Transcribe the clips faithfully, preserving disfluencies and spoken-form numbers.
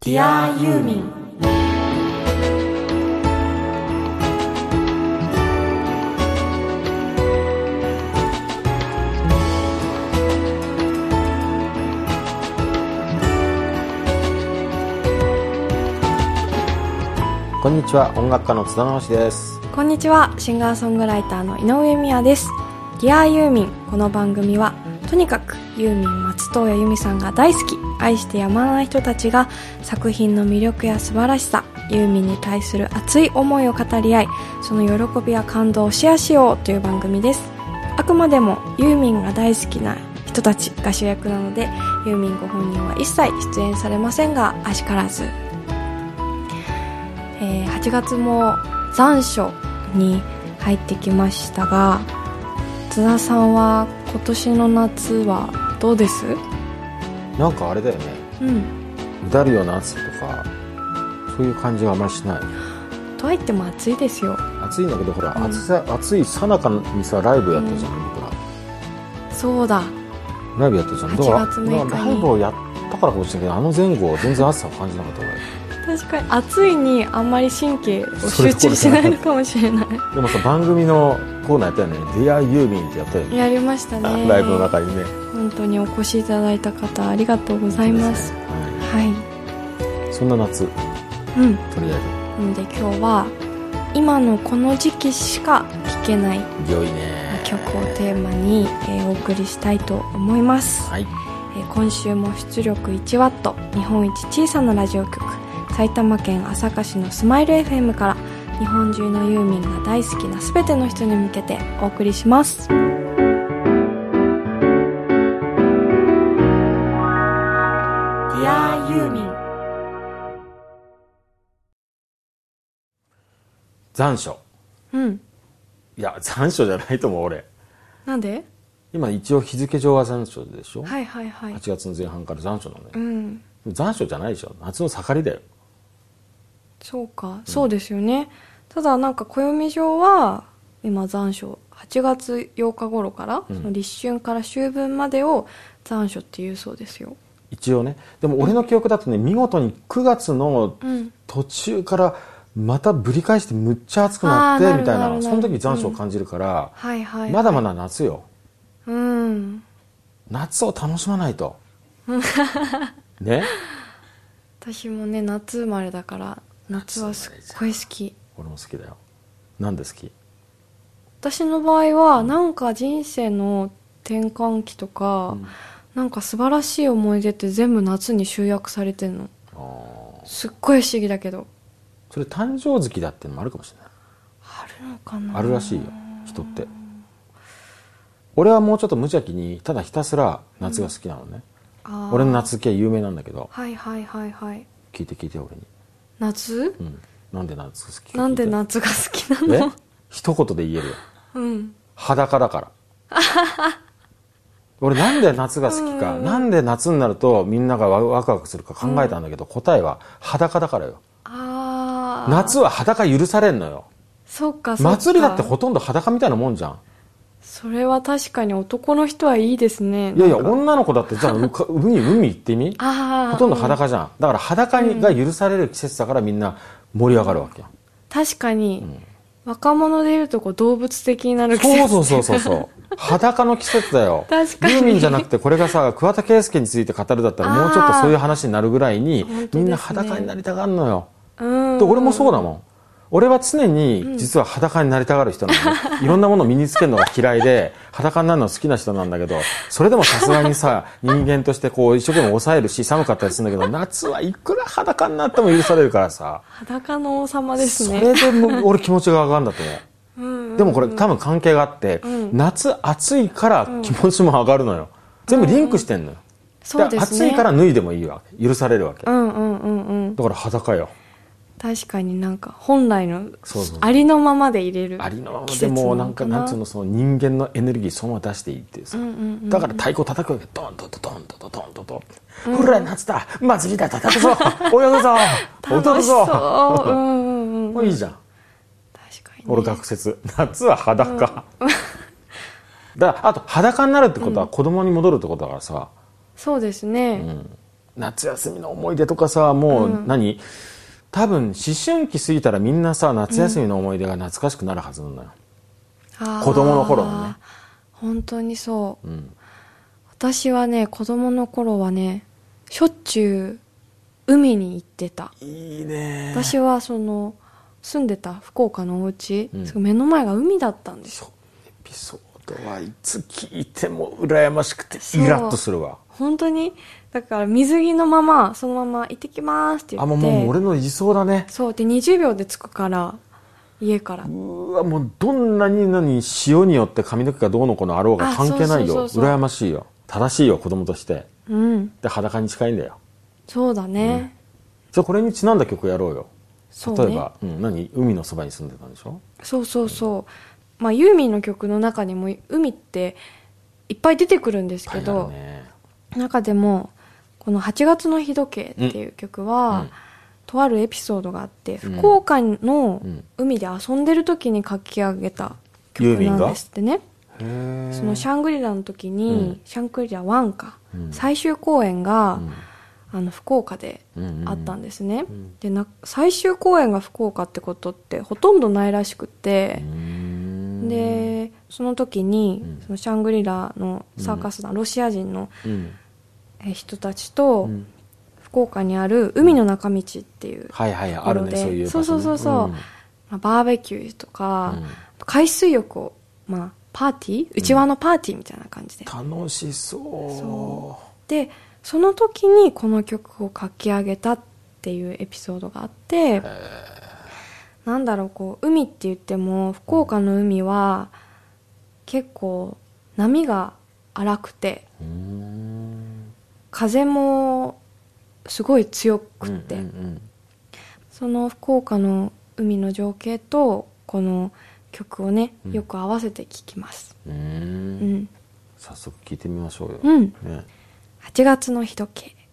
ディアユーミン。 こんにちは、音楽家の津田直です。 こんにちは、シンガーソングライターの井上美也です。ディアユーミン。この番組はとにかくユーミン松任谷由実さんが大好き、愛してやまない人たちが作品の魅力や素晴らしさ、ユーミンに対する熱い思いを語り合い、その喜びや感動をシェアしようという番組です。あくまでもユーミンが大好きな人たちが主役なので、ユーミンご本人は一切出演されませんが、あしからず。えー、はちがつも残暑に入ってきましたが、津田さんは今年の夏はどうです？ なんかあれだよね、うん、うだるような暑さとかそういう感じはあまりしない。 とはいっても暑いですよ。 暑いんだけど、ほら、うん、暑さ暑いさなかにさライブやったじゃん、うん、僕ら。 そうだ、 ライブやったじゃん。 はちがつむいかにライブをやったからかもしれないけど、あの前後は全然暑さを感じなかった俺。 確かに暑いにあんまり神経を集中しないのかもしれない。 でもさ、番組のコーナーやったよね、ディアユーミンってやったよね。 やりましたね、 ライブの中にね。 本当にお越しいただいた方ありがとうございます。はい、はい、 そんな夏、 うん、 とりあえずなので今日は今のこの時期しか聴けない曲をテーマに、えー、お送りしたいと思います。はい、えー、今週も出力いちワット、日本一小さなラジオ局、埼玉県朝霞市のスマイル エフエム から日本中のユーミンが大好きなすべての人に向けてお送りします。Dear ユーミン。 残暑。 うん。 いや、残暑じゃないと思う俺。 なんで？ 今一応日付上は残暑でしょ。 はいはいはい。 はちがつの前半から残暑なのよ。 うん。 残暑じゃないでしょ。夏の盛りだよ。 そうか、うん、そうですよね。ただなんか暦上は今残暑、はちがつようか頃から、うん、その立春から秋分までを残暑っていうそうですよ。 一応ね。でも俺の記憶だとね、うん、見事にくがつの途中からまたぶり返してむっちゃ暑くなってみたいな、その時残暑を感じるから、うん、はいはいはい、まだまだ夏よ。うん。夏を楽しまないと。ね。 私もね、夏生まれだから夏はすっごい好き。 俺も好きだよ。なんで好き？ 私の場合はなんか人生の転換期とか、うん、なんか素晴らしい思い出って全部夏に集約されてるの。あ、すっごい不思議だけど。 それ誕生月だってのもあるかもしれない。 あるのかな。 あるらしいよ、人って。俺はもうちょっと無邪気にただひたすら夏が好きなのね、うん、俺の夏系有名なんだけど。 はいはいはいはい。 聞いて聞いて俺に。 夏？ うん。なんで夏好きか。 なんで夏が好きなの？ え？一言で言えるよ。 うん。 裸だから。俺なんで夏が好きか、うん、なんで夏になるとみんながワクワクするか考えたんだけど、うん、答えは裸だからよ。あ、夏は裸許されんのよ。 そうかそうか。 祭りだってほとんど裸みたいなもんじゃん。 それは確かに男の人はいいですね。 いやいや、女の子だってじゃあ海海行ってみ。あ、ほとんど裸じゃん。だから裸に、うん、が許される季節だからみんな盛り上がるわけよ。 確かに、うん、若者でいるとこう動物的になる季節。 そうそうそうそうそう。裸の季節だよ。 確かに。 ユーミンじゃなくてこれがさ、桑田佳祐について語るだったらもうちょっとそういう話になるぐらいに、ね、みんな裸になりたがるのよ。うん。で俺もそうだもん。俺は常に実は裸になりたがる人なのね、うん、いろんなものを身につけるのが嫌いで裸になるの好きな人なんだけど、それでもさすがにさ人間としてこう一生懸命抑えるし寒かったりするんだけど、夏はいくら裸になっても許されるからさ。 裸の王様ですね。 それでも俺気持ちが上がるんだと思う。うんうんうん、でもこれ多分関係があって、うん、夏暑いから気持ちも上がるのよ、うん、全部リンクしてんのよ、うん、そうですね、暑いから脱いでもいいわけ、許されるわけ、うんうんうんうん、だから裸よ。 確かになんか本来のありのままで入れる、 ありのままでもなんかなんつうの、その人間のエネルギーそのまま出していいっていうさ、うんうんうん、だから太鼓叩くわけ、ドンドンドンドンドンドンドン、ほら夏だ祭りだ叩くぞ泳ぐぞ踊るぞ、うんうんうん、もういいじゃん。 確かに、ね、 俺学説夏は裸、うん、だからあと裸になるってことは子供に戻るってことだからさ、 そうですね、 うん、 夏休みの思い出とかさ、もう何、うん、多分思春期過ぎたらみんなさ、夏休みの思い出が懐かしくなるはずなのよ、うん、子供の頃のね。 本当にそう、うん、私はね子供の頃はねしょっちゅう海に行ってた。 いいね。 私はその住んでた福岡のお家、うん、目の前が海だったんですよ。 エピソードはいつ聞いても羨ましくてイラッとするわ。 本当にだから水着のままそのまま行ってきますって言って、 あ、もう俺の理想だね。 そうでにじゅうびょうで着くから家から。 うわ、もうどんなに何潮によって髪の毛がどうのこうのあろうが関係ないよ。そうそうそうそう、羨ましいよ。正しいよ子供として、うん、で裸に近いんだよ。 そうだね、うん、 じゃあこれにちなんだ曲やろうよ。そうね、例えば、うん、何海のそばに住んでたんでしょ。 そうそうそう、まあ、ユーミンの曲の中にも海っていっぱい出てくるんですけど、ね、中でもこのはちがつの日時計っていう曲は、うん、とあるエピソードがあって、うん、福岡の海で遊んでる時に書き上げた曲なんですってね。そのシャングリラの時に、うん、シャングリラワンか、うん、最終公演が、うんあの福岡であったんですね、うんうん、でな最終公演が福岡ってことってほとんどないらしくて、でその時に、うん、そのシャングリラのサーカス団、うん、ロシア人の人たちと、うん、福岡にある海の中道っていうところで、はいはいあるね、そういう場所ね、そうそうそうそう、うんまあ、バーベキューとか、うん、海水浴を、まあ、パーティー内輪のパーティーみたいな感じで、 うん、楽しそう。 そうでその時にこの曲を書き上げたっていうエピソードがあって、なんだろう、こう海って言っても福岡の海は結構波が荒くて、うーん風もすごい強くて、うんうんうん、その福岡の海の情景とこの曲をね、よく合わせて聴きます。うーん、うん、 早速聴いてみましょうよ、 うんね。 はちがつの日時計。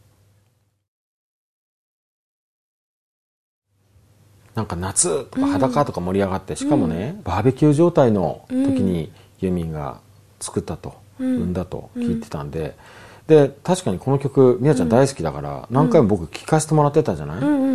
なんか夏とか裸とか盛り上がって、うん、しかもね、うん、バーベキュー状態の時にユーミンが作ったと、うん、生んだと聞いてたんで、うん、で確かにこの曲みやちゃん大好きだから、何回も僕聴かせてもらってたじゃない、うんうんうん、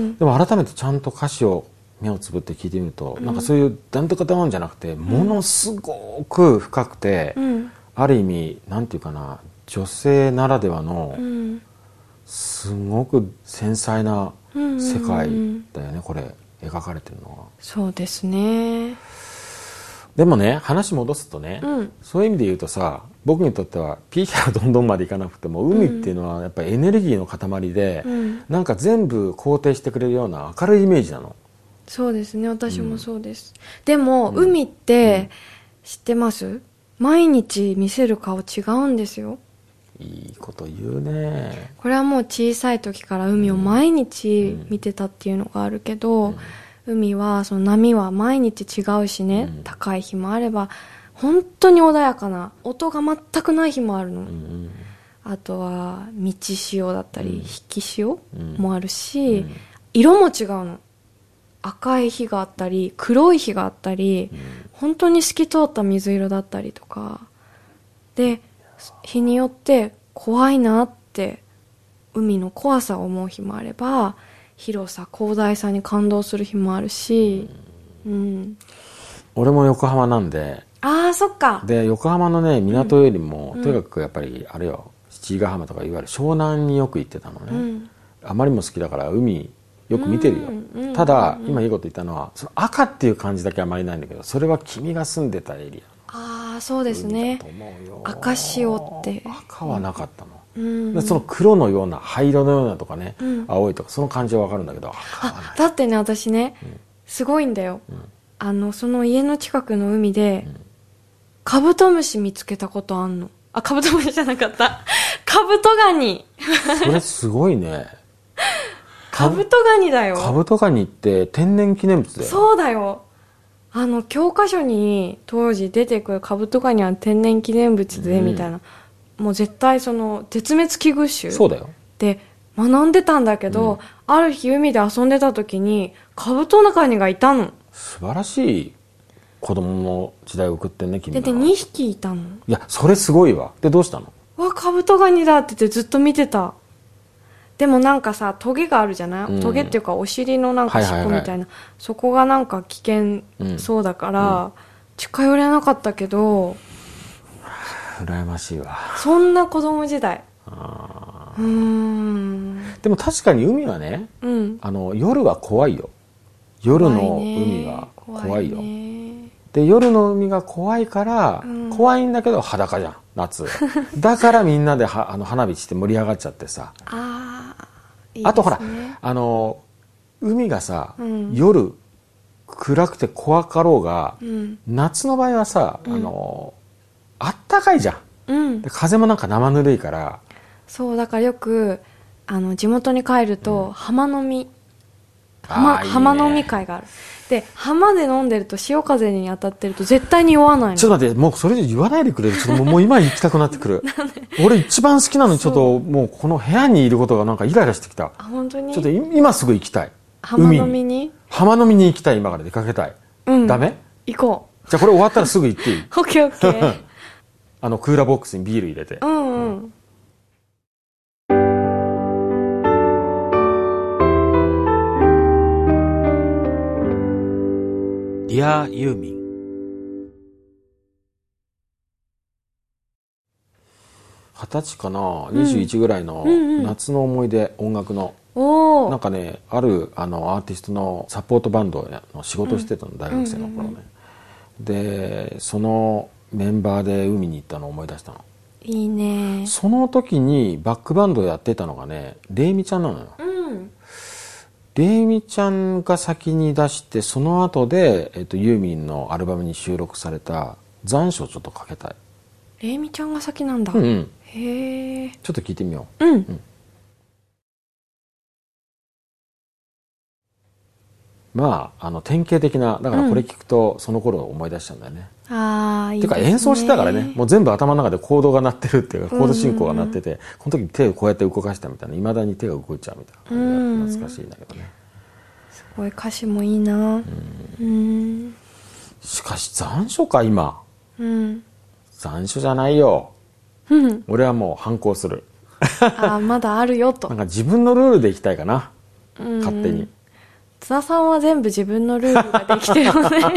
でも改めてちゃんと歌詞を目をつぶって聞いてみると、うん、なんかそういうダンとかダウンじゃなくて、ものすごく深くて、うん、ある意味なんていうかな、女性ならではのすごく繊細な世界だよね、これ描かれてるのは。 そうですね。 でもね、話戻すとね、うん、そういう意味で言うとさ、僕にとってはピーからどんどんまでいかなくても、海っていうのはやっぱりエネルギーの塊で、うん、なんか全部肯定してくれるような明るいイメージなの。 そうですね、私もそうです、うん、でも、うん、海って知ってます？毎日見せる顔違うんですよ。 いいこと言うね。 これはもう小さい時から海を毎日見てたっていうのがあるけど、うんうん、海はその波は毎日違うしね、うん、高い日もあれば本当に穏やかな音が全くない日もあるの、うん、あとは満ち潮だったり、うん、引き潮もあるし、うん、色も違うの。赤い日があったり黒い日があったり、うん、本当に透き通った水色だったりとかで、日によって怖いなって海の怖さを思う日もあれば、広さ広大さに感動する日もあるし、うんうん、 俺も横浜なんで。 ああ、そっか。 で横浜のね港よりも、うん、とにかくやっぱりあれよ、七里ヶ浜とかいわゆる湘南によく行ってたのね、うん、あまりも好きだから海よく見てるよ、うんうん、ただ、うん、今いいこと言ったのはその赤っていう感じだけあまりないんだけど、それは君が住んでたエリア。 ああ、そうですね。赤潮って赤はなかったの、うん、でその黒のような灰色のようなとかね、うん、青いとかその感じは分かるんだけど、赤はない。 あ、だってね、私ね、うん、すごいんだよ、うん、あのその家の近くの海で、うん、カブトムシ見つけたことあんの。あ、カブトムシじゃなかったカブトガニそれすごいねカブトガニだよ。 カブトガニって天然記念物だよ。 そうだよ。あの教科書に当時出てくるカブトガニは天然記念物で、うん、みたいな、もう絶対その絶滅危惧種そうだよで学んでたんだけど、うん、ある日海で遊んでた時にカブトガニがいたの。 素晴らしい子供の時代を送ってんね、君は。 でにひきいたの。 いや、それすごいわ。でどうしたの？ わ、カブトガニだって言ってずっと見てた。 でもなんかさトゲがあるじゃない、うん、トゲっていうかお尻のなんか尻尾みたいな、はいはいはい、そこがなんか危険そうだから、うんうん、近寄れなかったけど羨ましいわ。 そんな子供時代。あうーんでも確かに海はね、うん、あの夜は怖いよ。夜の海は怖いよ。怖いね。で夜の海が怖いから、うん、怖いんだけど裸じゃん夏だからみんなではあの花火して盛り上がっちゃってさ。あいいですね。あとほらあの海がさ、うん、夜暗くて怖かろうが、うん、夏の場合はさ、うん、あのあったかいじゃん、うん、で風もなんか生ぬるいから。 そうだからよくあの地元に帰ると、うん、浜飲み浜、いいね、浜飲み会がある。で浜で飲んでると潮風に当たってると絶対に酔わないの。 ちょっと待って、もうそれで言わないでくれる。ちょっともう今行きたくなってくる俺一番好きなのにちょっともうこの部屋にいることがなんかイライラしてきた。 あ本当に。 ちょっと今すぐ行きたい。 浜飲みに浜飲みに行きたい。今から出かけたい、うん、ダメ？ 行こう。じゃあこれ終わったらすぐ行っていい？ オッケーオッケーあのクーラーボックスにビール入れて。うんうん、ディアユーミン。二十歳かな、にじゅういちぐらいの夏の思い出、音楽の。なんかね、あるあのアーティストのサポートバンドの仕事してたの、大学生の頃ね。で、そのメンバーで海に行ったのを思い出したの。 いいね。 その時にバックバンドやってたのがね、レイミちゃんなのよ。うん、レイミちゃんが先に出して、その後で、えっと、ユーミンのアルバムに収録された残暑をちょっとかけたい。 レイミちゃんが先なんだ。 うん、うん、 へえ。 ちょっと聞いてみよう。うん、うんまあ、あの典型的なだからこれ聞くとその頃を思い出しちゃうんだよね。 うん、ああいいですね。 てか演奏してたからね、もう全部頭の中でコードが鳴ってるっていうか、コード進行が鳴ってて、うんうん、この時手をこうやって動かしたみたいな、いまだに手が動いちゃうみたいな感じで懐かしいんだけどね。 すごい歌詞もいいな。うん、うん、 しかし残暑か今、 うん、 残暑じゃないよ、うん、俺はもう反抗するあまだあるよと。 なんか自分のルールでいきたいかな、うん、勝手に。 津田さんは全部自分のルールができてるのでい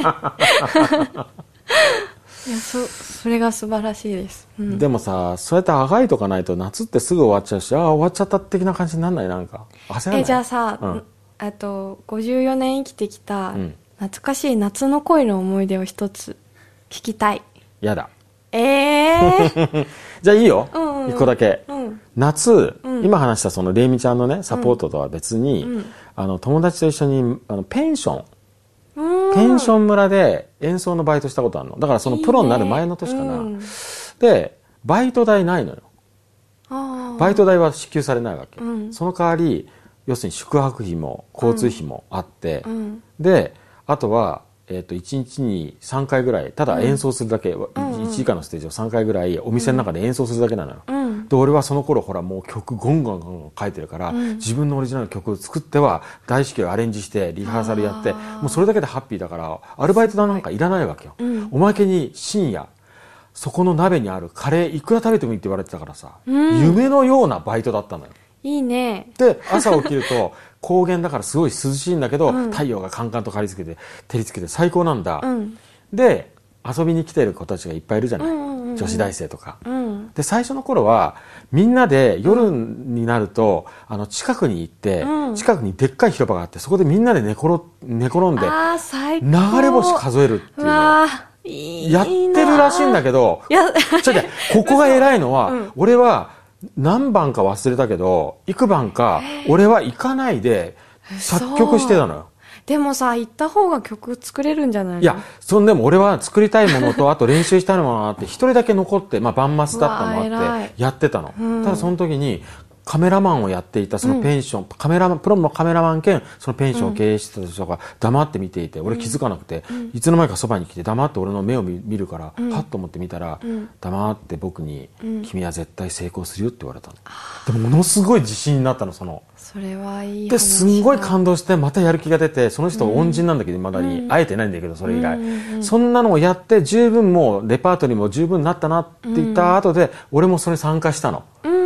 や そ, それが素晴らしいです、うん、 でもさ、そうやってあがいとかないと夏ってすぐ終わっちゃうし、ああ終わっちゃった的な感じにならない？なんか焦らない？ えじゃあさ、うん、あとごじゅうよねん生きてきた懐かしい夏の恋の思い出を一つ聞きたい。 やだ。 ええー、 じゃあいいよ、うんうん、一個だけ、 うん、 夏、うん、今話したそのレイミちゃんのねサポートとは別に、うん、あの友達と一緒にあのペンション、うん、ペンション村で演奏のバイトしたことあるの。だからそのプロになる前の年かな、いいね、うん、でバイト代ないのよ。あバイト代は支給されないわけ、うん、その代わり要するに宿泊費も交通費もあって、うん、であとはえー、といちにちにさんかいぐらいただ演奏するだけ、うん、いちじかんのステージをさんかいぐらいお店の中で演奏するだけなのよ、うん、で俺はその頃ほらもう曲ゴンゴンゴンゴン書いてるから、うん、自分のオリジナルの曲を作っては大至急アレンジしてリハーサルやって、もうそれだけでハッピーだからアルバイトなんかいらないわけよ、うん、おまけに深夜そこの鍋にあるカレーいくら食べてもいいって言われてたからさ、うん、夢のようなバイトだったのよ。 いいね。 で朝起きると高原だからすごい涼しいんだけど、うん、太陽がカンカンと照りつけて照りつけて最高なんだ、うん、で遊びに来てる子たちがいっぱいいるじゃない、うんうんうん、女子大生とか、うん、で最初の頃はみんなで夜になると、うん、あの近くに行って、うん、近くにでっかい広場があってそこでみんなで寝転、寝転んで流れ星数えるっていうのをやってるらしいんだけど、ちょっとここが偉いのは、うん、俺は何番か忘れたけど幾番か俺は行かないで作曲してたのよ。 でもさ行った方が曲作れるんじゃないの？ いやそんでも俺は作りたいものとあと練習したいものがあって一人だけ残って、まあ、バンマスだったのもあってやってたの、うん、ただその時にカメラマンをやっていたそのペンション、うん、カメラマンプロのカメラマン兼そのペンションを経営してた人が黙って見ていて、俺気づかなくて、うん、いつの間にかそばに来て黙って俺の目を見るから、うん、はっと思って見たら、うん、黙って僕に、うん、君は絶対成功するよって言われたの、でもものすごい自信になったの。そのそれはいい話ですんごい感動してまたやる気が出て、その人恩人なんだけど未だに会えてないんだけどそれ以来、うん、そんなのをやって十分もうレパートリーも十分になったなって言った後で、俺もそれ参加したの、うん、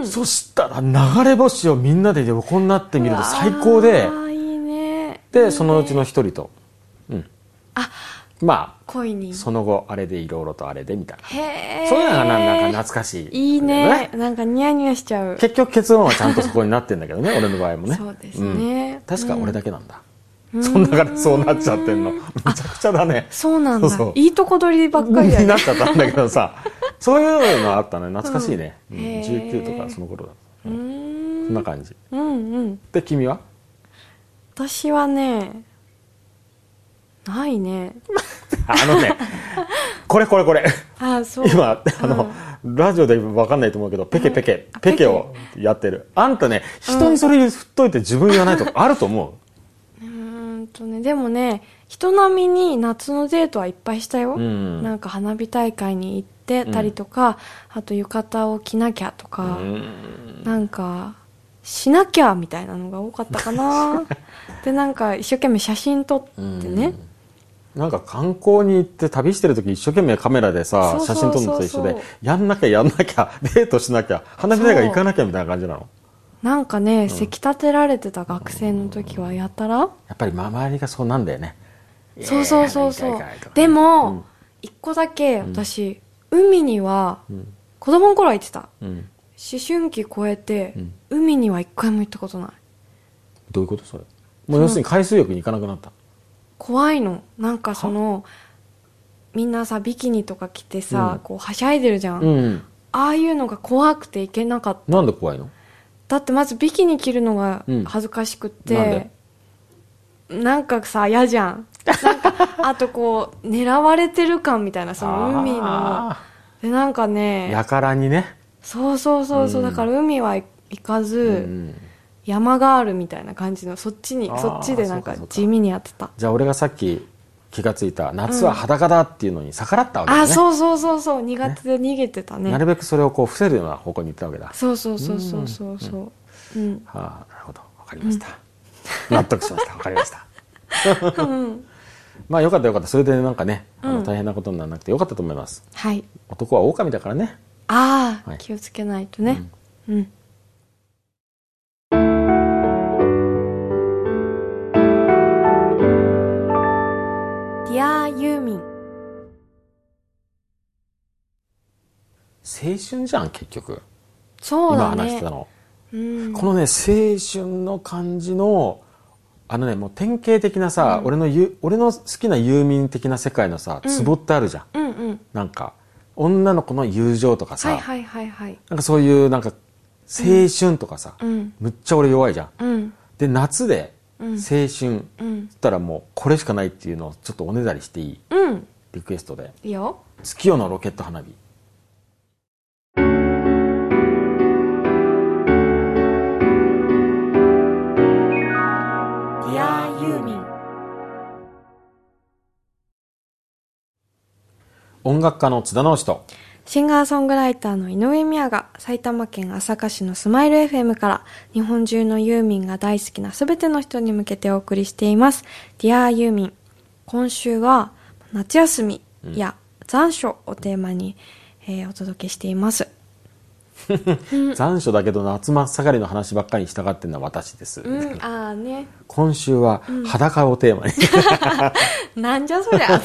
ん、 そしたら流れ星をみんなで横になってみると最高で、 いいね。 でいいね、 そのうちの一人と、うん、 あ、 まあ恋にその後あれでいろいろとあれでみたいな、 へー、 そういうのがなんか懐かしい、 いいね、なんかニヤニヤしちゃう。 結局結論はちゃんとそこになってんだけどね俺の場合もね。 そうですね、 うん、確か俺だけなんだ、 うん、 その中でそうなっちゃってんのめちゃくちゃだね。 そうなんだ。 そうそう、 いいとこ取りばっかりだねになっちゃったんだけどさそういうのあったね、懐かしいね、うん、じゅうきゅうとかその頃だった、うん、そんな感じ、 うんうん、で君は？ 私はねないねあのねこれこれこれあ、そう、 今あの、うん、ラジオで分かんないと思うけどペケペケ、うん、ペケをやってるあんたね、人にそれ振っといて自分言わないとかあると思う、うん、 うんとね、でもね人並みに夏のデートはいっぱいしたよ、 うん、 なんか花火大会に行ってたりとか、うん、あと浴衣を着なきゃとか、うん、なんかしなきゃみたいなのが多かったかなでなんか一生懸命写真撮ってね、うん、 なんか観光に行って旅してる時一生懸命カメラでさ写真撮るのと一緒でやんなきゃやんなきゃデートしなきゃ花火大会行かなきゃみたいな感じなの。 なんかね、うん、せき立てられてた学生の時はやたらやっぱり周りがそうなんだよね。 そうそうそうそう、ね、でも、うん、一個だけ私、うん、海には、うん、子供の頃は行ってた、うん、思春期超えて、うん、海には一回も行ったことない。 どういうことそれ？もう要するに海水浴に行かなくなった？ 怖いの。なんかそのみんなさビキニとか着てさ、うん、こうはしゃいでるじゃん、うん、ああいうのが怖くて行けなかった。 なんで怖いの？ だってまずビキニ着るのが恥ずかしくって、うん、なんなんかさ嫌じゃん。なんかあとこう狙われてる感みたいな、その海のでなんかね、 やからにね、 そうそうそうそう、うん、だから海は行かず、うん、山があるみたいな感じのそっちにそっちでなんか地味にやってた。 じゃあ俺がさっき気がついた夏は裸だっていうのに逆らったわけだね、うん、 あ、そうそうそうそう、苦手で逃げてたね。 なるべくそれをこう伏せるような方向に行ったわけだ。 そうそうそうそうそうそう、うんうん、 はあ、なるほど、わかりました、うん、納得しました、わかりましたうん、まあよかったよかった、それでなんかね、あの大変なことにならなくてよかったと思います、 はい、 男は狼だからね。 ああ、はい、気をつけないとね、うん、うん、ディアユーミン。 青春じゃん結局。 そうだね、 今話してたの、うん、このね青春の感じのあのね、もう典型的なさ、うん、俺のゆ俺の好きなユーミン的な世界のさ、ツボってあるじゃん、うんうん、なんか女の子の友情とかさ、はいはいはいはい、なんかそういうなんか青春とかさ、うん、むっちゃ俺弱いじゃん、うん、で夏で青春、うん、つったらもうこれしかないっていうのをちょっとおねだりしていい、うん、リクエストでいいよ。月夜のロケット花火。音楽家の津田直人とシンガーソングライターの井上美也が埼玉県朝霞市のスマイル エフエム から日本中のユーミンが大好きなすべての人に向けてお送りしています。ディアユーミン。今週は夏休みや残暑をテーマに、えー、お届けしています。 残暑だけど夏真っ盛りの話ばっかりに従ってるのは私です、 うん、あね、 今週は裸をテーマに、 うん、なんじゃそりゃ、うん、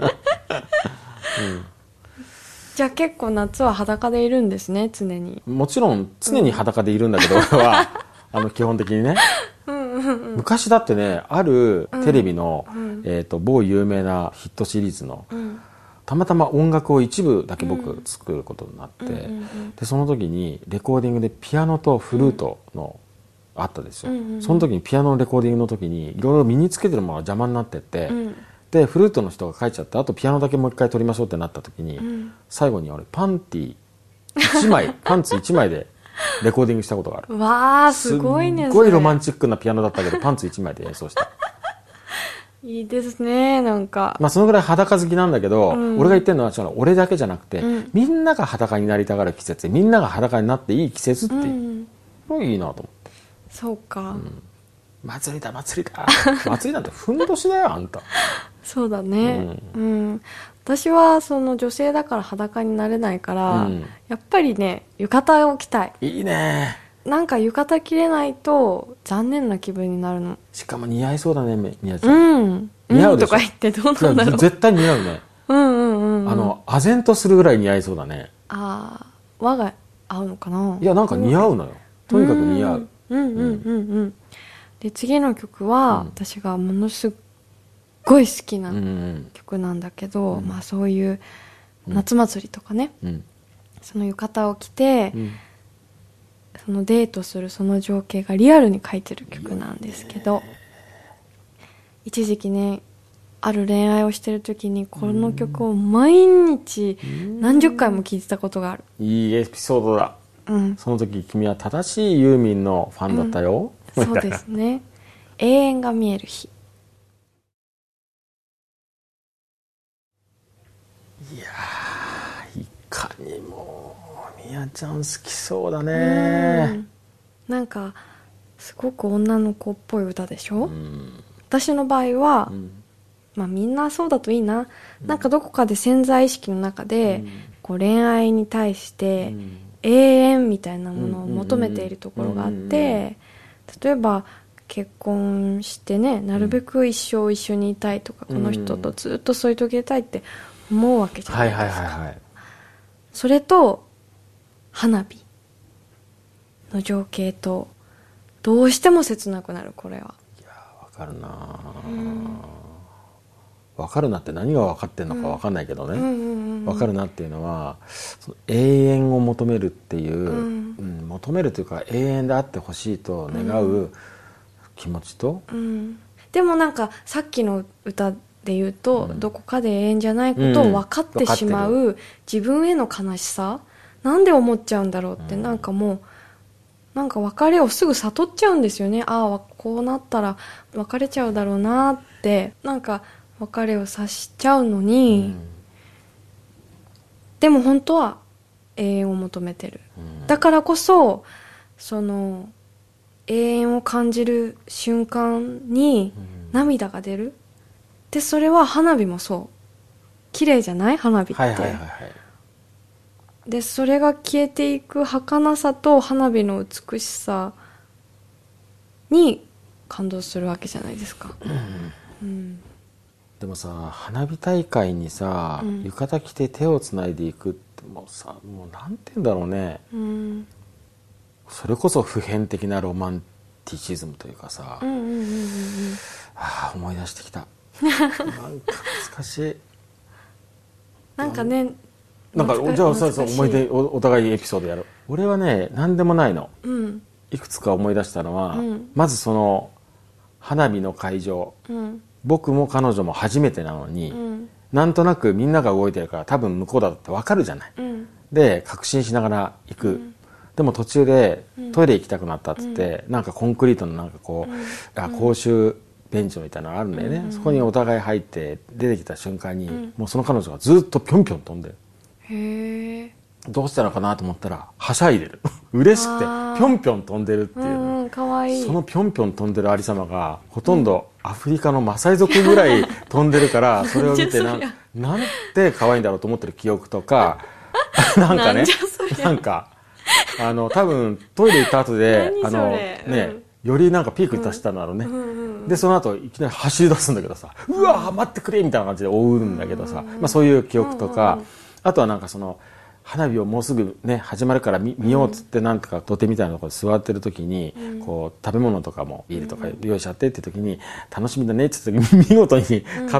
じゃあ結構夏は裸でいるんですね、常に。 もちろん常に裸でいるんだけど、うん、俺はあの基本的にねうんうん、うん、昔だってね、あるテレビの、うん、えーと、某有名なヒットシリーズの、うん、たまたま音楽を一部だけ僕作ることになって、うんうんうんうん、でその時にレコーディングでピアノとフルートの、うん、あったですよ、うんうんうん、その時にピアノのレコーディングの時にいろいろ身につけてるものが邪魔になってって、うん、でフルートの人が帰っちゃって、あとピアノだけもう一回撮りましょうってなった時に、うん、最後に俺パンティいちまいパンツいちまいでレコーディングしたことがある。 わー、すごいね。 すごいロマンチックなピアノだったけどパンツいちまいで演奏したいいですね、なんか。 まあそのぐらい裸好きなんだけど、うん、俺が言ってるのは俺だけじゃなくて、うん、みんなが裸になりたがる季節で、みんなが裸になっていい季節っていう、うん、いいなと思って。 そうか、うん、 祭りだ祭りだ祭りなんてふんどしだよあんた。 そうだね、うん、うん、私はその女性だから裸になれないから、うん、やっぱりね浴衣を着たい。 いいね。 なんか浴衣着れないと残念な気分になるの。 しかも似合いそうだね、みやちゃん。 うん。似合うでしょ、うん、とか言ってどうなんだろう。 絶対似合うね。 うんうんうん、うん。 あの、唖然とするぐらい似合いそうだね。 ああ、和が合うのかな。 いや、なんか似合うのよ。とにかく似合う。 うんうんうんうんうん。で、次の曲は、うん、私がものすごい好きな曲なんだけど、うん、まあそういう夏祭りとかね、うん、その浴衣を着て、うん、そのデートするその情景がリアルに書いてる曲なんですけど、一時期ねある恋愛をしてる時にこの曲を毎日何十回も聴いてたことがある。 いいエピソードだ、うん、その時君は正しいユーミンのファンだったよ、 うん、そうですね。永遠が見える日。 いやー、いかにもみやちゃん好きそうだね。 うん、なんかすごく女の子っぽい歌でしょ、うん、私の場合は、うん、まあみんなそうだといいな、うん、なんかどこかで潜在意識の中で、うん、こう恋愛に対して、うん、永遠みたいなものを求めているところがあって、例えば結婚してね、なるべく一生一緒にいたいとか、うん、この人とずっと添い遂げたいって思うわけじゃないですか、はいはいはいはい、それと花火の情景とどうしても切なくなる。これは。 いやわかるな、うん、わかるなって何が分かってんのか分かんないけどね、うんうんうんうん、分かるなっていうのはその永遠を求めるっていう、うんうん、求めるというか永遠であってほしいと願う気持ちと、 うんうん、でもなんかさっきの歌で言うと、うん、どこかで永遠じゃないことを分かってしまう、うん、自分への悲しさ、なんで思っちゃうんだろうって、うん、なんかもうなんか別れをすぐ悟っちゃうんですよね。ああこうなったら別れちゃうだろうなって、なんか別れを察しちゃうのに、うん、でも本当は永遠を求めてる、うん、だからこそその永遠を感じる瞬間に涙が出る、うん、でそれは花火もそう綺麗じゃない、花火って、はいはいはいはい、でそれが消えていく儚さと花火の美しさに感動するわけじゃないですか、うんうん、 でもさ花火大会にさ、うん、浴衣着て手をつないでいくってもうさ、もうなんて言うんだろうね、うん、それこそ普遍的なロマンティシズムというかさ、うんうんうんうん、ああ思い出してきたなんか懐かしいなんかね、 なんかじゃあさ思い出 お, お互いエピソードやる。俺はね何でもないの、うん、いくつか思い出したのは、うん、まずその花火の会場、うん、僕も彼女も初めてなのに、うん、なんとなくみんなが動いてるから多分向こうだって分かるじゃない、うん、で確信しながら行く、うん、でも途中でトイレ行きたくなったっつって、うん、なんかコンクリートのなんかこう、うん、あ公衆ベンチみたいなのがあるんだよね、うん、そこにお互い入って出てきた瞬間に、うん、もうその彼女がずっとぴょんぴょん飛んでる。へえ。どうしたのかなと思ったらはしゃいでる嬉しくてぴょんぴょん飛んでるっていう、 うんうん、かわいい。 そのぴょんぴょん飛んでるありさまがほとんどアフリカのマサイ族ぐらい飛んでるからそれを見て な, なんて可愛いんだろうと思ってる記憶とかなんかねなんかあの多分トイレ行った後であのね、うん、よりなんかピークに達したんだろうね、うんうんうん、でその後いきなり走り出すんだけどさ、うん、うわ待ってくれみたいな感じで追うんだけどさ、うんうん、まあ、そういう記憶とか、うんうん、あとはなんかその花火をもうすぐね始まるから 見, 見ようっつってなんとか土手みたいなところで座ってる時に、うん、こう食べ物とかもビールとか用意しちゃってって時に楽しみだねって言った時に見事に買って、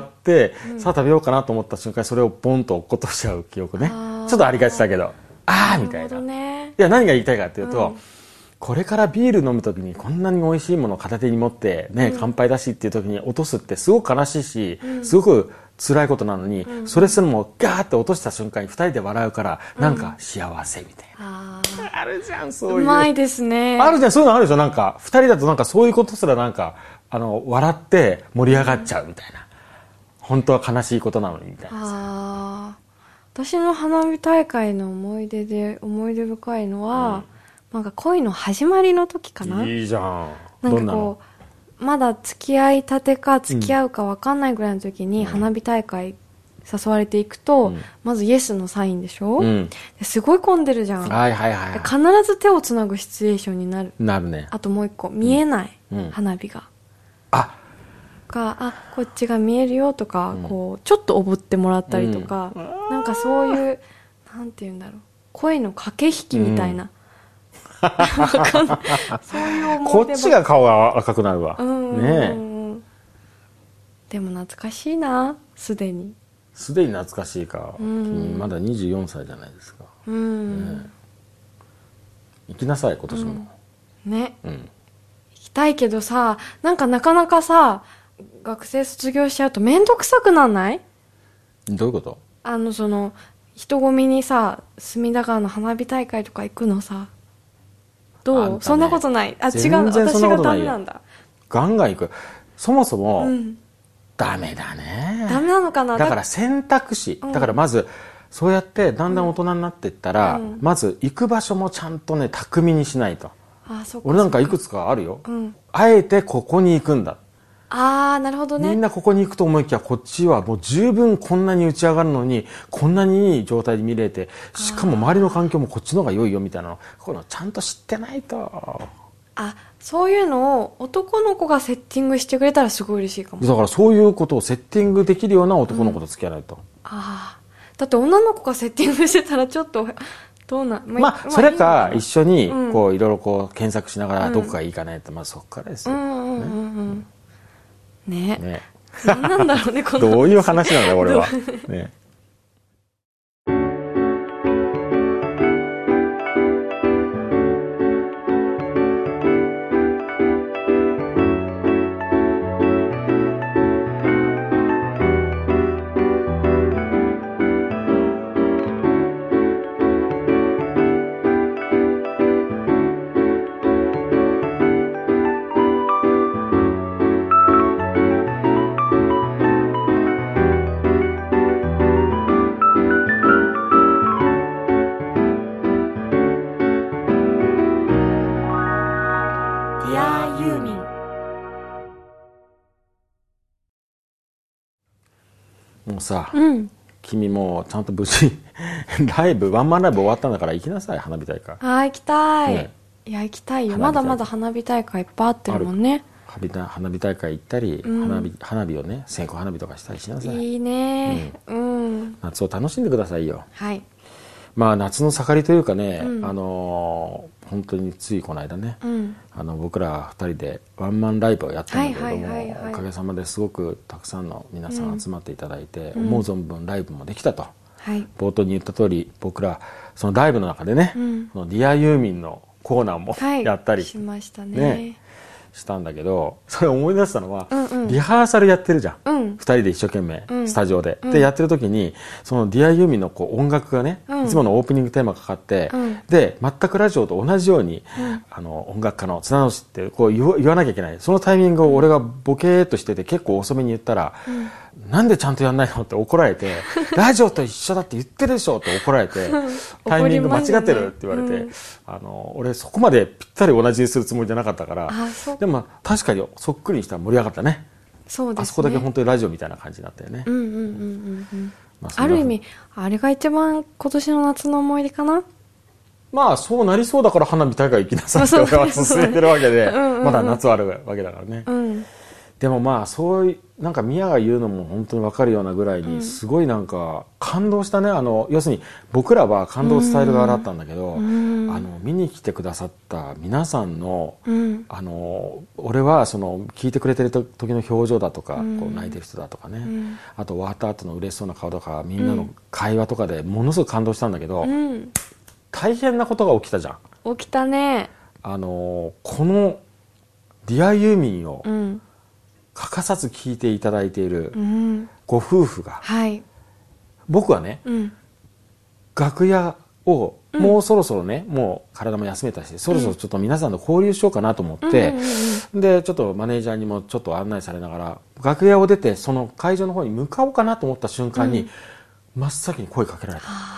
うん、さあ食べようかなと思った瞬間にそれをボンと落っことしちゃう記憶ね。ちょっとありがちだけどああみたいな、ね、いや何が言いたいかっていうと、うん、これからビール飲む時にこんなに美味しいものを片手に持ってね、うん、乾杯だしっていう時に落とすってすごく悲しいし、うん、すごく辛いことなのに、うん、それすらもガーって落とした瞬間にふたりで笑うから、うん、なんか幸せみたいな、あ, あるじゃんそういう。 うまいですね。 あるじゃんそういうのあるでしょ。なんかふたりだとなんかそういうことすらなんかあの笑って盛り上がっちゃうみたいな、うん、本当は悲しいことなのにみたいな。 あ私の花火大会の思い出で思い出深いのは、うん、なんか恋の始まりの時かな。 いいじゃん。 なんかこうまだ付き合いたてか付き合うか分かんないぐらいの時に花火大会誘われていくと、うん、まずイエスのサインでしょ、うん、ですごい混んでるじゃん。 はいはいはい。 必ず手をつなぐシチュエーションになる。 なるね。 あともう一個、見えない、うん、花火が。あか、あ、こっちが見えるよとか、うん、こう、ちょっとおぶってもらったりとか、うん、なんかそういう、なんて言うんだろう、声の駆け引きみたいな。うん、そういう思い出。 こっちが顔が赤くなるわ。 うんねえ。でも懐かしいな、すでに。 すでに懐かしいか、うん、君まだにじゅうよんさいじゃないですか、うんね、行きなさい今年も、 うん、ね、うん、行きたいけどさ、なんかなかなかさ学生卒業しちゃうと面倒くさくなんない？ どういうこと？ あのその人混みにさ隅田川の花火大会とか行くのさどう、ね、そんなことない。あ、違う、私がダメなんだ。 ガンガン行く。そもそも、うんダメだね。 ダメなのかな。 だから選択肢、うん、だからまずそうやってだんだん大人になっていったら、うん、まず行く場所もちゃんとね巧みにしないと。ああ、そっか。俺なんかいくつかあるよ、うん、あえてここに行くんだ。 ああ、なるほどね。 みんなここに行くと思いきやこっちはもう十分こんなに打ち上がるのにこんなにいい状態で見れて、しかも周りの環境もこっちの方が良いよみたいなの、こういうのちゃんと知ってないと。 あ、そういうのを男の子がセッティングしてくれたらすごい嬉しいかも。 だからそういうことをセッティングできるような男の子と付き合わないと、うん、 ああ、だって女の子がセッティングしてたらちょっとどうな、 まあ、まあ、それか一緒にこういろいろこう検索しながらどこがいいかねって、まあそこからですよ、うんうんうんうんね、ね、何なんだろうねこのどういう話なんだよ俺はね。もうさ、うん、君もちゃんと無事ライブワンマンライブ終わったんだから行きなさい、花火大会。 あ、行きたい、ね、いや行きたいよ。まだまだ花火大会いっぱいあってるもんね。 花火大会行ったり、うん、花火花火をね線香花火とかしたりしなさい。 いいね、うんうん、 夏を楽しんでくださいよ。 はい。 まあ夏の盛りというかね、うん、あのー、本当についこの間ね、うん、あの僕らふたりでワンマンライブをやったんだけれども、おかげさまですごくたくさんの皆さん集まっていただいて、うん、思う存分ライブもできたと、はい、冒頭に言った通り僕らそのライブの中でね、うん、そのディアユーミンのコーナーもやったり、はい、 しましたね。 ねしたんだけど、それ思い出したのは、うんうん、リハーサルやってるじゃん、うん、ふたりで一生懸命、うん、スタジオで、うん、でやってる時にそのディアユーミンのこう音楽がね、うん、いつものオープニングテーマがかかって、うん、で全くラジオと同じように、うん、あの音楽家の綱吉ってこう言わ、言わなきゃいけない。そのタイミングを俺がボケーっとしてて結構遅めに言ったら、うんなんでちゃんとやんないのって怒られてラジオと一緒だって言ってるでしょって怒られてタイミング間違ってるって言われて、うん、あの俺そこまでぴったり同じにするつもりじゃなかったから、でも確かにそっくりにしたら盛り上がったね。 そうですね。 あそこだけ本当にラジオみたいな感じになったよね。 うんうんうんうんうん、まあ、ある意味あれが一番今年の夏の思い出かな。 まあそうなりそうだから花火大会行きなさいって俺は進めてるわけでまだ夏あるわけだからね、うん、でもまあそういうなんか宮が言うのも本当に分かるようなぐらいにすごいなんか感動したね。あの要するに僕らは感動を伝える側だったんだけど、あの見に来てくださった皆さんの、あの俺はその聞いてくれてる時の表情だとか、こう泣いてる人だとかね、あと終わった後の嬉しそうな顔とかみんなの会話とかでものすごく感動したんだけど、大変なことが起きたじゃん。起きたね。 あのこのディアユーミンを、うん欠かさず聞いていただいているご夫婦が、うんはい、僕はね、うん、楽屋をもうそろそろね、うん、もう体も休めたしそろそろちょっと皆さんと交流しようかなと思って、うん、でちょっとマネージャーにもちょっと案内されながら楽屋を出てその会場の方に向かおうかなと思った瞬間に、うん、真っ先に声かけられた。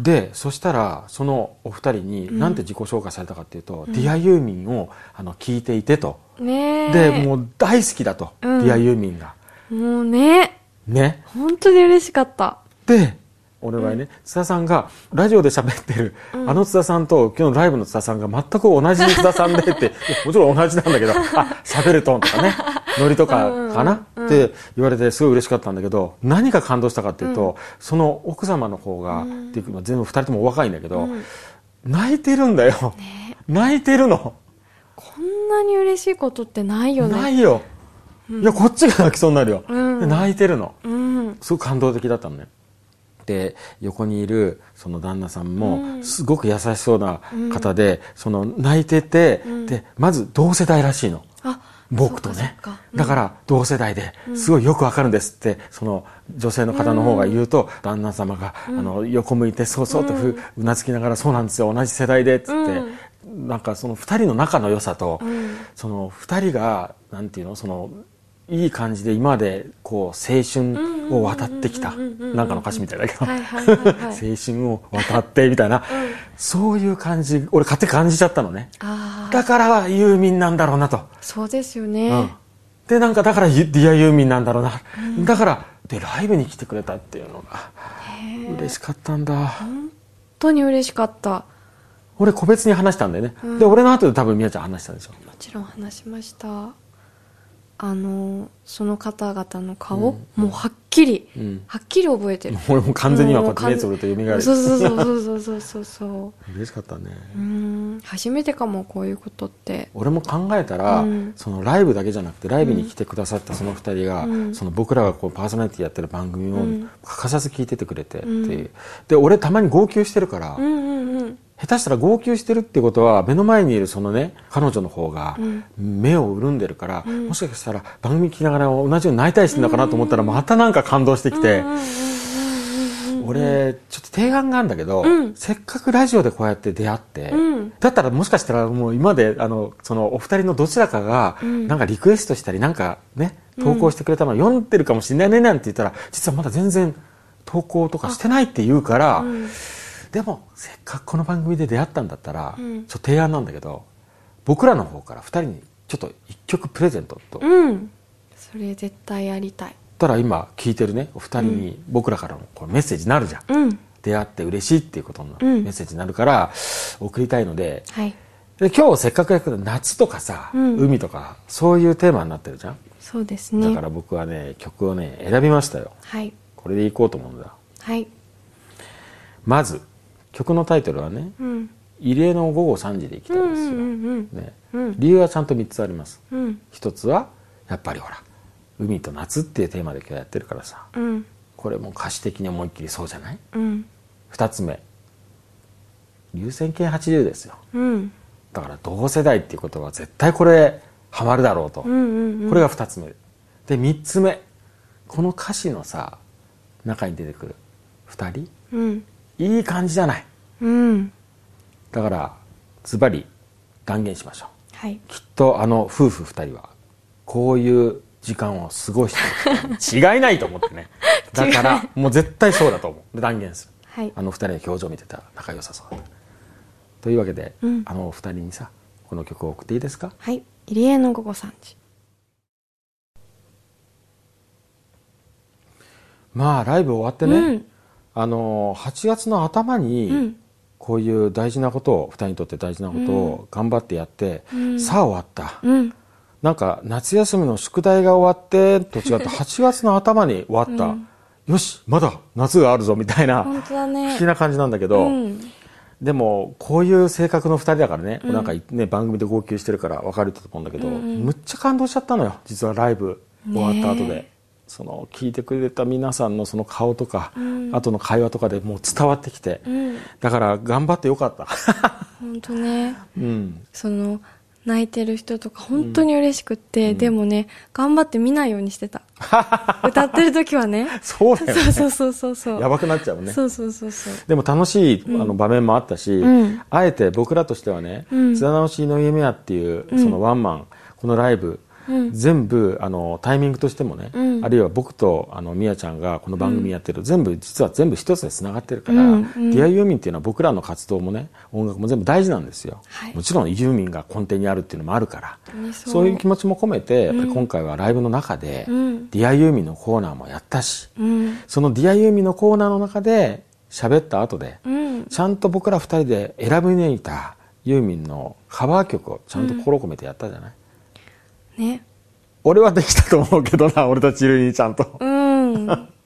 でそしたらそのお二人に何て自己紹介されたかっていうと、うん、ディアユーミンをあの聞いていてと、 ね、 でもう大好きだと、うん、ディアユーミンがもうねね本当に嬉しかった。 で俺はね、うん、津田さんがラジオで喋ってる、うん、あの津田さんと今日のライブの津田さんが全く同じ津田さんでってもちろん同じなんだけどあ喋るトーンとかねノリとかかな、うんうん、って言われてすごい嬉しかったんだけど、何が感動したかっていうと、うん、その奥様の方が、うん、っていうか全部ふたりともお若いんだけど、うん、泣いてるんだよ、ね、泣いてるの。 こんなに嬉しいことってないよね。 ないよ、うん、いやこっちが泣きそうになるよ、うん、泣いてるの、 うん、 すごく感動的だったのね。で横にいるその旦那さんもすごく優しそうな方で、うん、その泣いてて、うん、でまず同世代らしいの、 あ僕とね、 かか、 うん、だから同世代ですごいよくわかるんですってその女性の方の方が言うと、うん、旦那様が、うん、あの横向いてそうそうとふ、うん、うなずきながらそうなんですよ同じ世代でっつって、うん、なんかそのふたりの仲の良さと、うん、そのふたりがなんていうのそのいい感じで今までこう青春を渡ってきたなんかの歌詞みたいだけど青春を渡ってみたいな、うん、そういう感じ俺勝手に感じちゃったのね。 あだからユーミンなんだろうなと。 そうですよね、 うん、でなんかだからディアユーミンなんだろうな、うん、だからでライブに来てくれたっていうのが嬉しかったんだ。 本当に嬉しかった。 俺個別に話したんだよね、うん、で俺の後で多分みやちゃん話したんでしょ。 もちろん話しました。あのその方々の顔、うん、もうはっきり、うん、はっきり覚えてる。 俺も完全に今こうやって目つぶると蘇る。 そうそうそうそうそうそうそう嬉しかったね。 うん初めてかもこういうことって。 俺も考えたら、うん、そのライブだけじゃなくてライブに来てくださったそのふたりが、うん、その僕らがこうパーソナリティやってる番組を欠かさず聞いててくれてっていう、うん、で俺たまに号泣してるから、うんうんうん、下手したら号泣してるってことは目の前にいるそのね彼女の方が目を潤んでるから、うん、もしかしたら番組聞きながら同じように泣いたりしてるのかなと思ったらまたなんか感動してきて、俺ちょっと提案があるんだけど、うん、せっかくラジオでこうやって出会って、うん、だったらもしかしたらもう今まであのそのお二人のどちらかがなんかリクエストしたりなんかね投稿してくれたのを読んでるかもしれないねなんて言ったら実はまだ全然投稿とかしてないって言うから、うん、でもせっかくこの番組で出会ったんだったら、うん、ちょっと提案なんだけど僕らの方からふたりにちょっといっきょくプレゼントと、 うん、それ絶対やりたい。 たら今聞いてるねお二人に僕らからのこうメッセージになるじゃん、うん、出会って嬉しいっていうことのメッセージになるから送りたいので、 はい、 で今日せっかくやけど夏とかさ、うん、海とかそういうテーマになってるじゃん。 そうですね。 だから僕はね曲をね選びましたよ、はい、これでいこうと思うんだ、 はい、 まず曲のタイトルはね、うん、入江の午後さんじでいきたいですよ、うんうんうんねうん、理由はちゃんとみっつあります、うん、ひとつはやっぱりほら海と夏っていうテーマで今日やってるからさ、うん、これも歌詞的に思いっきりそうじゃない、うん、ふたつめ流線形はちじゅうですよ、うん、だから同世代っていうことは絶対これハマるだろうと、うんうんうん、これがふたつめでみっつめこの歌詞のさ中に出てくるふたり、うん、いい感じじゃない、うん、だからズバリ断言しましょう、はい、きっとあの夫婦ふたりはこういう時間を過ごしてる違いないと思ってねだからもう絶対そうだと思う断言する、はい、あのふたりの表情を見てたら仲良さそうだったというわけで、うん、あのふたりにさこの曲を送っていいですか。 はい、入江の午後さんじ。 まあライブ終わってね、うん、あのはちがつの頭にこういう大事なことをふたりにとって大事なことを頑張ってやって、うん、さあ終わった、うんなんか夏休みの宿題が終わってと違ってはちがつの頭に終わった、うん、よしまだ夏があるぞみたいな本当だね、 不思議な感じなんだけど、うん、でもこういう性格のふたりだからね、うん、なんかね番組で号泣してるから分かると思うんだけど、うんうん、むっちゃ感動しちゃったのよ実はライブ終わった後で、ね、その聞いてくれた皆さんのその顔とか、うん、後の会話とかでもう伝わってきて、うん、だから頑張ってよかった本当ね、うん、その泣いてる人とか本当に嬉しくって、うん、でもね頑張って見ないようにしてた歌ってる時はねそうだよねそうそうそうそうやばくなっちゃうねそうそうそうそうでも楽しい、うん、あの場面もあったし、うん、あえて僕らとしてはね、うん、津田直しの夢やっていうそのワンマン、うん、このライブ、うん、全部あのタイミングとしてもね、うん、 あるいは僕とあのみやちゃんがこの番組やってる、うん、全部実は全部一つでつながってるから、うんうん、ディアユーミンっていうのは僕らの活動もね音楽も全部大事なんですよ、はい、もちろんユーミンが根底にあるっていうのもあるからそう、そういう気持ちも込めて、うん、やっぱり今回はライブの中で、うん、ディアユーミンのコーナーもやったし、うん、そのディアユーミンのコーナーの中で喋った後で、うん、ちゃんと僕ら二人で選び抜いたユーミンのカバー曲をちゃんと心込めてやったじゃない、 うん、ね、 俺はできたと思うけどな、俺たちいるにちゃんと、うん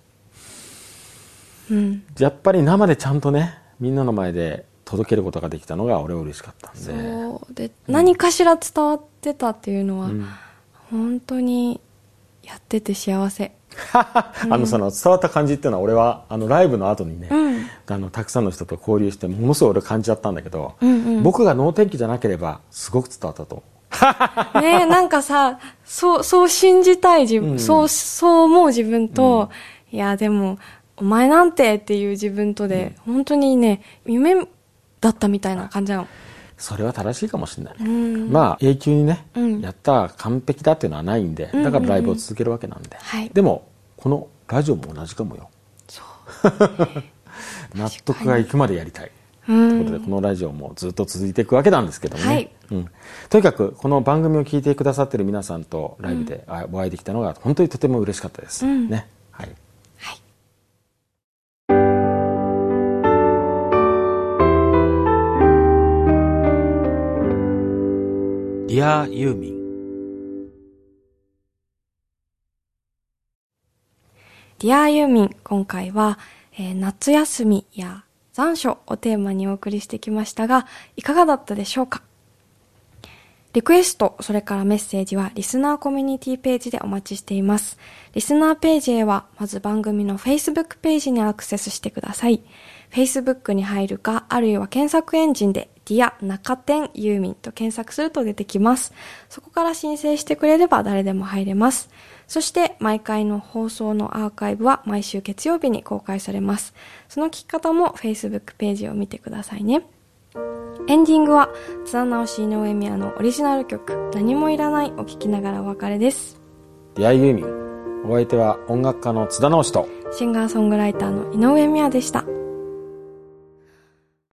うん、やっぱり生でちゃんとねみんなの前で届けることができたのが俺は嬉しかったんで、 そうで、うん、何かしら伝わってたっていうのは、うん、本当にやってて幸せあのその伝わった感じっていうのは俺はあのライブの後にね、うん、あのたくさんの人と交流してものすごい俺感じちゃったんだけど、うんうん、僕が能天気じゃなければすごく伝わったと思うねえ、なんかさ、そうそう信じたい自分、うん、そうそう思う自分と、うん、いやでもお前なんてっていう自分とで、うん、本当にね夢だったみたいな感じなの。 それは正しいかもしれないね、うん、まあ永久にね、うん、やった完璧だっていうのはないんで、だからライブを続けるわけなんで、うんうんうん、でもこのラジオも同じかもよ。そう納得がいくまでやりたいということで、このラジオもずっと続いていくわけなんですけどもね、はい、うん、とにかくこの番組を聞いてくださっている皆さんとライブでお会いできたのが本当にとても嬉しかったです、うん、ね、はい、はい、ディアユーミン。 ディアユーミン、今回は、えー、夏休みや残暑をテーマにお送りしてきましたが、いかがだったでしょうか。リクエスト、それからメッセージはリスナーコミュニティページでお待ちしています。リスナーページへは、まず番組の Facebook ページにアクセスしてください。Facebook に入るか、あるいは検索エンジンでディア中店ユーミンと検索すると出てきます。そこから申請してくれれば誰でも入れます。そして毎回の放送のアーカイブは毎週月曜日に公開されます。その聞き方も Facebook ページを見てくださいね。エンディングは津田直し井上美也のオリジナル曲何もいらないを聞きながらお別れです。 ディアユーミン、お相手は音楽家の津田直しとシンガーソングライターの井上美也でした。